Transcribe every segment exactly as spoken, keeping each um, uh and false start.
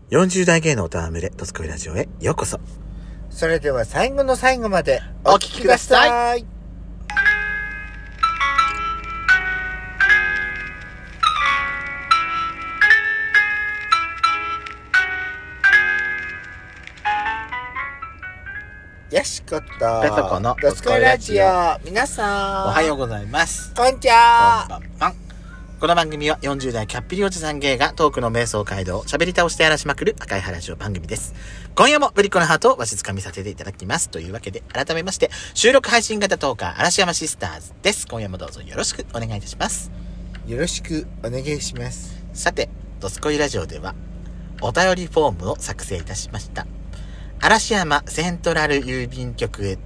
よんじゅう代芸能おたわむれ、ドスコイラジオへようこそ。 それでは最後の最後までお聞きください。よしことペソコのドスコイラジオ、皆さんおはようございます。 こんにちは。 こんばんは。この番組はよんじゅう代キャッピリおじさん芸がトークの瞑想街道を喋り倒して荒らしまくる赤い話ラジオ番組です。今夜もぶりっ子のハートをわしづかみさせていただきます。というわけで改めまして収録配信型トーカー嵐山シスターズです。今夜もどうぞよろしくお願いいたします。 よろしくお願いします。 さて、ドスコイラジオではお便りフォームを作成いたしました。嵐山セントラル郵便局へ、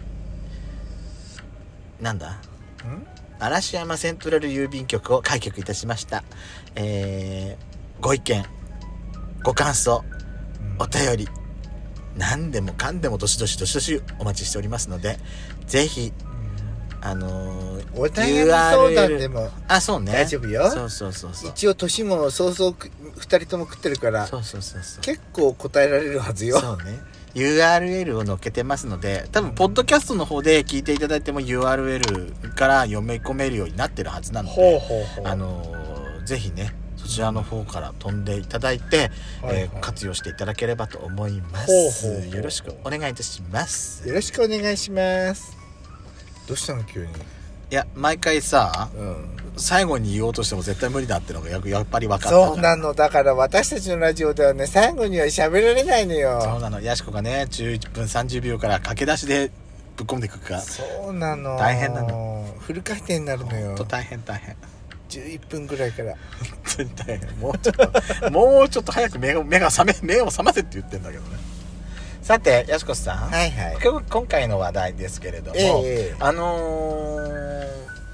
なんだん嵐山セントラル郵便局を開局いたしました。えー、ご意見、ご感想、お便り、何でもかんでもどしどしどしどしお待ちしておりますので、ぜひ、あのー、 お便り相談でもあ、そうね、 大丈夫よ。 そうそうそうそう。 一応年もそうそうふたりとも食ってるから、 そうそうそうそう。 結構答えられるはずよ。 そうね。ユーアールエル を載っけてますので、多分ポッドキャストの方で聞いていただいても ユーアールエル から読み込めるようになってるはずなので、 ほうほうほう、 あのー、ぜひねそちらの方から飛んでいただいて、うんえーはいはい、活用していただければと思います。ほうほうほう、よろしくお願いいたします。 よろしくお願いします。どうしたの急に。 いや毎回さ、うん、最後に言おうとしても絶対無理だってのがやっぱり分かったから。 そうなの。だから私たちのラジオではね、最後には喋られないのよ。 そうなの。ヤシコがねじゅういっぷんさんじゅうびょうから駆け出しでぶっ込んでいくか。 そうなの。 大変なの。 フル回転になるのよ。 ほんと大変大変。 じゅういっぷんぐらいから本当に大変。もうちょっともうちょっと早く目が目が覚め目を覚ませって言ってんだけどね。さてヤシコさん、 はいはい、 今日今回の話題ですけれども、えー、あのー、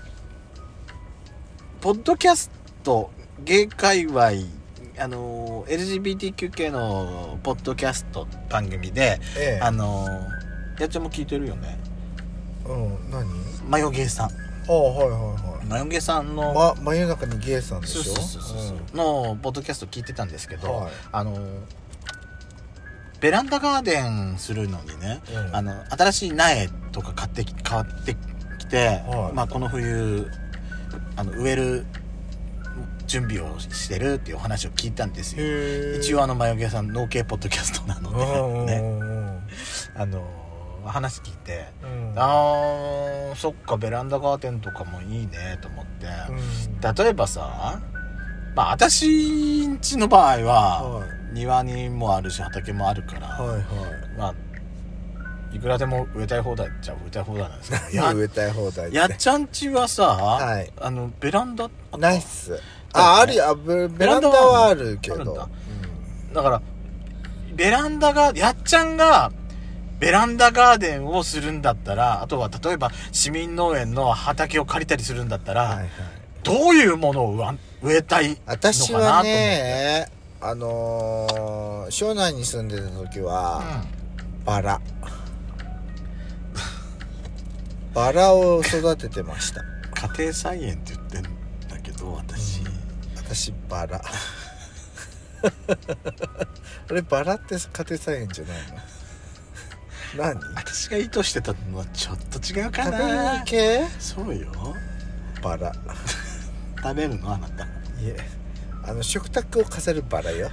ポッドキャスト芸界隈、あのー、エルジービーティーキュー 系のポッドキャスト番組で、えー、あのー、やっちゃんも聞いてるよね。 うん何？ マヨゲーさん。 ああはいはいはい。 マヨゲーさんの、 ま、真夜中にゲーさんでしょ。 そうそうそうそう、うん、のポッドキャスト聞いてたんですけど、はい、あのー。ベランダガーデンするのにね、うん、あの新しい苗とか買ってき買ってきて、はい、まあこの冬あの植える準備をしてるっていうお話を聞いたんですよ。一応あのマヨゲーさん農系ポッドキャストなのでね、あの話聞いて、うん、あーそっかベランダガーデンとかもいいねと思って、うん、例えばさ、まあ私んちの場合は、はい、庭にもあるし畑もあるから、はいはい、まあいくらでも植えたい放題っちゃ植えたい放題なんですけど植えたい放題ってやっちゃんちはさ、はい、あのベランダナイスあ、あるよ。ベランダはあるけど、だ、 うん、だからベランダがやっちゃんがベランダガーデンをするんだったら、あとは例えば市民農園の畑を借りたりするんだったら、はいはい、どういうものを植えたいのかなと思って。 私はねあのー、庄内に住んでた時は、うん、バラバラを育ててました。 家庭菜園って言ってんだけど私、うん、 私バラあれバラって家庭菜園じゃないの？何？ 私が意図してたのはちょっと違うかな。 食べる系？ そうよ。 バラ食べるのあなた？いえあの食卓を飾るバラよ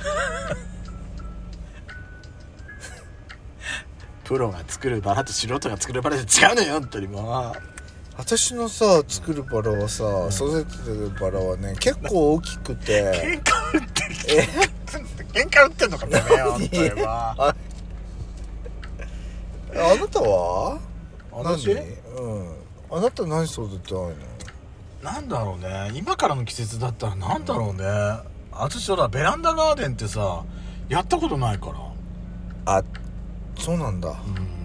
プロが作るバラと素人が作るバラで違うのよ本当にもう。 私のさ作るバラはさ、うん、育ててるバラはね結構大きくて喧嘩売ってえ喧嘩売ってんのかね本当にはああなたは私、 うん、あなた何育てたいの？ なんだろうね今からの季節だったらなんだろうね、うん、私ほらベランダガーデンってさやったことないから。 あそうなんだ。うん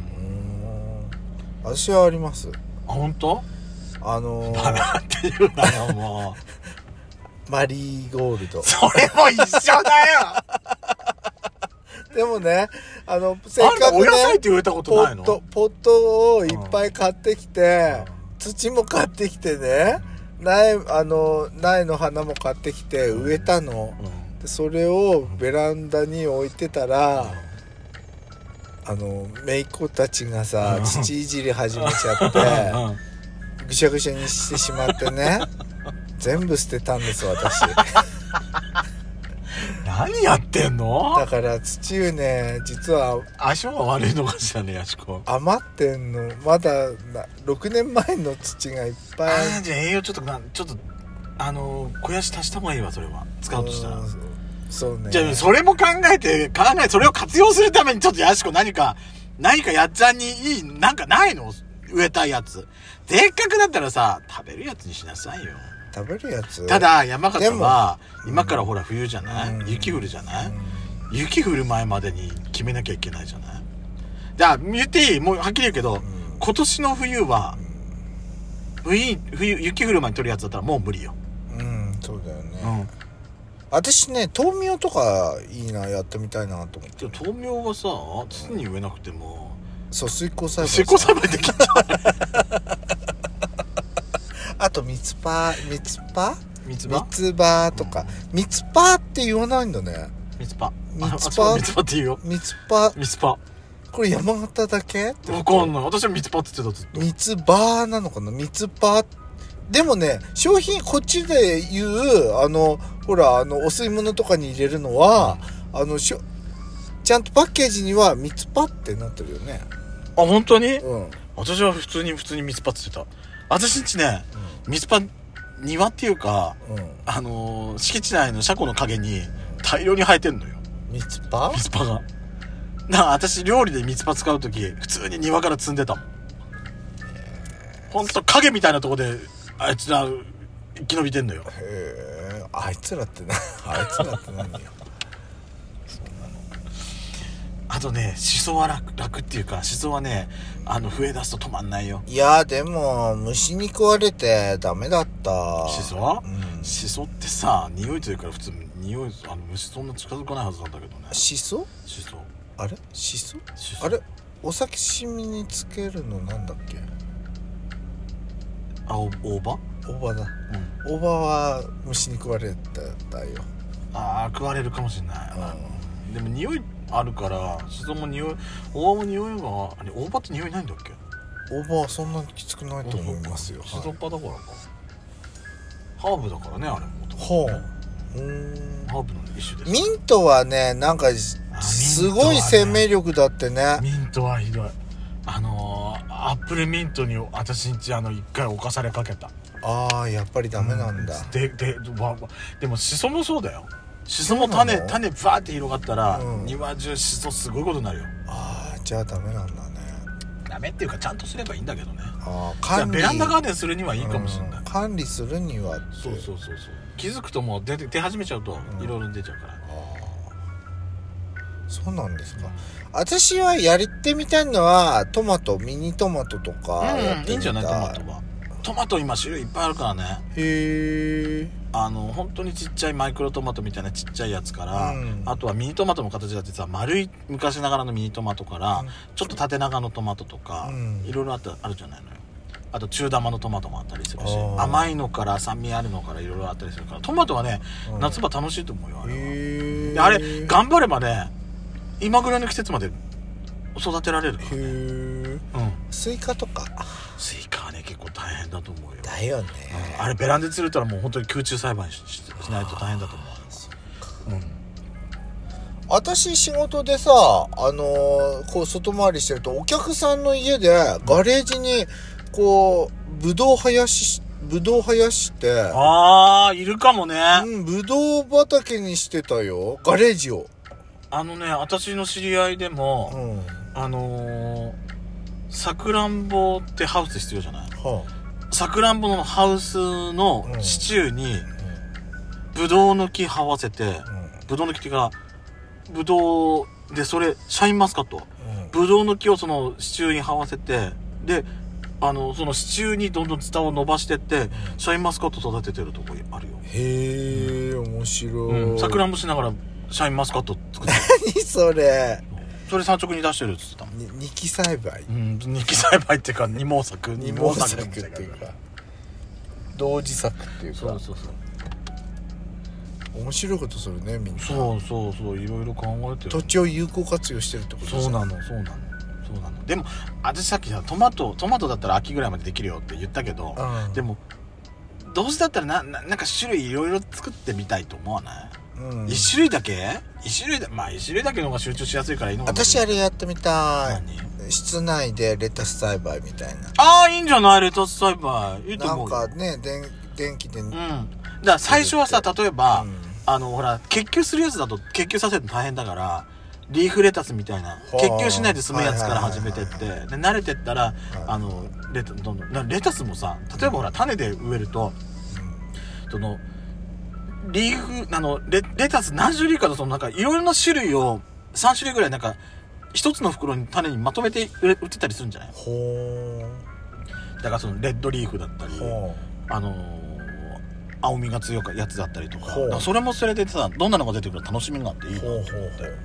私はあります。 あ本当？ あのー、 バラっていうなよもうマリーゴールド。 それも一緒だよでもねあのせっかくねお野菜って植えたことないの？ ポット、ポットをいっぱい買ってきて、うん、土も買ってきてね、苗あの苗の花も買ってきて植えたの、 でそれをベランダに置いてたら、うん、あの姪っ子たちがさ、うん、土いじり始めちゃって、うん、ぐしゃぐしゃにしてしまってね全部捨てたんです私何やってんの？ だから土湯ね、実は足が悪いのかしらね、やしこ余ってんの。まだろくねんまえの土がいっぱい。 ああ、じゃあ栄養ちょっとなちょっとあの肥やし足した方がいいわ、それは使うとしたら。うそうね。 じゃあそれも考えて考えそれを活用するためにちょっとやしこ何か何かやっちゃんにいいなんかないの？植えたいやつでっかくなったらさ食べるやつにしなさいよ。 食べるやつ。 ただ山形は今からほら冬じゃない、うん、雪降るじゃない、うん、雪降る前までに決めなきゃいけないじゃない。じゃあ言っていい？もうはっきり言うけど、うん、今年の冬は、うん、冬, 冬雪降る前に取るやつだったらもう無理よ。 うんそうだよね、うん、私ね豆苗とかいいな、やってみたいなと思って。 豆苗はさ土に植えなくても、 うん、そう水耕栽培水耕栽培できるじゃないあとミツパミツパミツバミツバとか、うん、ミツパって言わないんだね。 ミツパミツパミツパって言うよ。 ミツパミツパこれ山形だけ？ わかんない。私はミツパって言ってたずっと。 ミツバなのかな。ミツパでもね、商品こっちで言うあのほらあのお吸い物とかに入れるのは、うん、あのしょちゃんとパッケージにはミツパってなってるよね。 あ本当に？ うん。 私は普通に普通にミツパって言ってた。私んちね、うん、ミツパ庭っていうか、うん、あのー、敷地内の車庫の陰に大量に生えてんのよ。 ミツパ？ ミツパが。なあ、私料理でミツパ使うとき普通に庭から摘んでたもん。ほんと影みたいなとこであいつら生き延びてんのよ。 へえ、あいつらってなあいつらって何よ。 あとね、シソは 楽, 楽っていうか、シソはね、あの増え出すと止まんないよ。 いやでも虫に食われてダメだった。 シソは、うん、シソってさ、匂いというから普通匂い、あの虫そんな近づかないはずなんだけどね。 シソ？ シソ。 あれ？シソ？ シソ。 あれ？お刺身につけるのなんだっけ？ あ、お大葉？ 大葉だ。うん。大葉は虫に食われただよ。 ああ、食われるかもしれない。うん、でも匂いあるからシソも匂い、大葉も匂いがあれ、大葉って匂いないんだっけ？ 大葉はそんなにきつくないと思いますよ。 シソパだからか、はい、ハーブだからね、あれもともとね。うーん、 ハーブの一種です。 ミントはね、なんかすごい生命力だってね。 ミントはひどい。あのー、アップルミントに私んちあの一回侵されかけた。 ああ、やっぱりダメなんだ。 うん、ででわでもシソもそうだよ。シソも種種バーって広がったら、うん、庭中シソすごいことになるよ。 ああ、じゃあダメなんだね。 ダメっていうかちゃんとすればいいんだけどね。 ああ、管理、 ベランダガーデンするにはいいかもしれない。 うん、管理するにはって。 そうそうそうそう。気づくともう出て出始めちゃうといろいろ出ちゃうから。うん、ああ、そうなんですか。うん、私はやってみたいのはトマト、ミニトマトとかやってみたい。うん、いいんじゃないトマトは。トマト今種類いっぱいあるからね。 へえ。 あの本当にちっちゃいマイクロトマトみたいなちっちゃいやつから、うん、あとはミニトマトの形が実は丸い昔ながらのミニトマトから、うん、ちょっと縦長のトマトとか、うん、いろいろあったあるじゃないのよ。あと中玉のトマトもあったりするし、甘いのから酸味あるのからいろいろあったりするから、トマトはね、うん、夏場楽しいと思うよ。あれは。へー。あれ頑張ればね、今ぐらいの季節まで育てられるからね。へー。うん。 スイカとか。 スイカはね結構大変だと思うよ。 だよね、 うん、あれベランダで釣れたらもう本当に空中栽培 し, しないと大変だと思う。 そっか、 うん、 私仕事でさ、あのー、こう外回りしてるとお客さんの家でガレージにこうブドウ生やしブドウ生やして、 ああいるかもね。 うん、ブドウ畑にしてたよ、ガレージを。あのね、私の知り合いでも、うん、あのーさくらんぼってハウス必要じゃない？さくらんぼのハウスの支柱にブドウの木這わせて、ブドウの木っていうかブドウでそれシャインマスカット、ブドウの木をその支柱に這わせて、であのその支柱にどんどんツタを伸ばしてって、シャインマスカット育ててるとこあるよ。 へえ、面白い。 うん、さくらんぼしながらシャインマスカット作ってる。 何それ。 それ産直に出してるっつってたもん。 二期栽培。 うん、二期栽培っていうか二毛作。 二毛作っていうか同時作っていうか。 そうそうそう。 面白いことするねみんな。 そうそうそう、いろいろ考えてる。 土地を有効活用してるってことですね。 そうなのそうなのそうなの。でも私さっきさトマトトマトだったら秋ぐらいまでできるよって言ったけど、 うん、 でもどうせだったらな な, なんか種類いろいろ作ってみたいと思わない？うん、一種類だけ一種類だまあ一種類だけの方が集中しやすいからいいのかな。 私あれやってみたい。室内でレタス栽培みたいな。 ああいいんじゃない？レタス栽培いいと思う。 なんかね電電気で、うん、 だから最初はさ例えば、うん、あのほら結球するやつだと結球させるの大変だからリーフレタスみたいな結球しないで済むやつから始めてってで慣れてったら、はい、あの レ, タどんどんレタスもさ例えばほら種で植えると、うん、そのリーフあの レ, レタス何種類かのそのなんかいろいろな種類をさん種類ぐらいなんか一つの袋に種にまとめて売ってたりするんじゃない？ほー。だからそのレッドリーフだったりあのー、青みが強いやつだったりと か, だからそれもそれでさどんなのが出てくるか楽しみがあっていいなと思って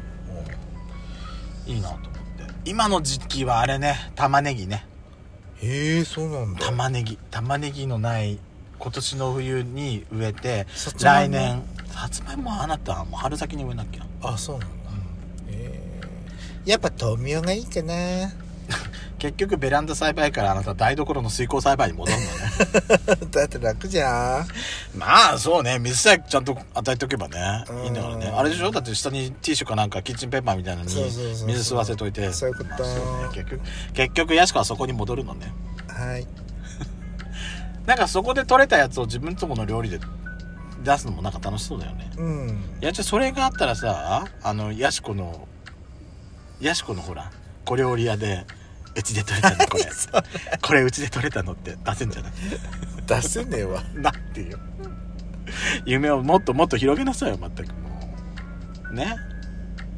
いいなと思って今の時期はあれね玉ねぎね。 へえそうなんだ。 玉ねぎ玉ねぎのない今年の冬に植えて来年さつまいもあなたもう春先に植えなきゃ。 あそうなんだ、うん、へえやっぱ豆苗がいいかな結局ベランダ栽培からあなた台所の水耕栽培に戻るのねだって楽じゃん。 まあそうね水さえちゃんと与えておけばねいいんだからね。あれでしょだって下にティッシュかなんかキッチンペーパーみたいなのに水吸わせといてそういうこと、まあそうね、 結局結局ヤシコはそこに戻るのね。 はいなんかそこで取れたやつを自分とこの料理で出すのもなんか楽しそうだよね。うんいやじゃあそれがあったらさあのヤシコのヤシコのほら小料理屋でうちで取れたのこれこれうちで取れたのって出せんじゃない？ 出せねえわなんていう夢をもっともっと広げなさいよ全くもうね。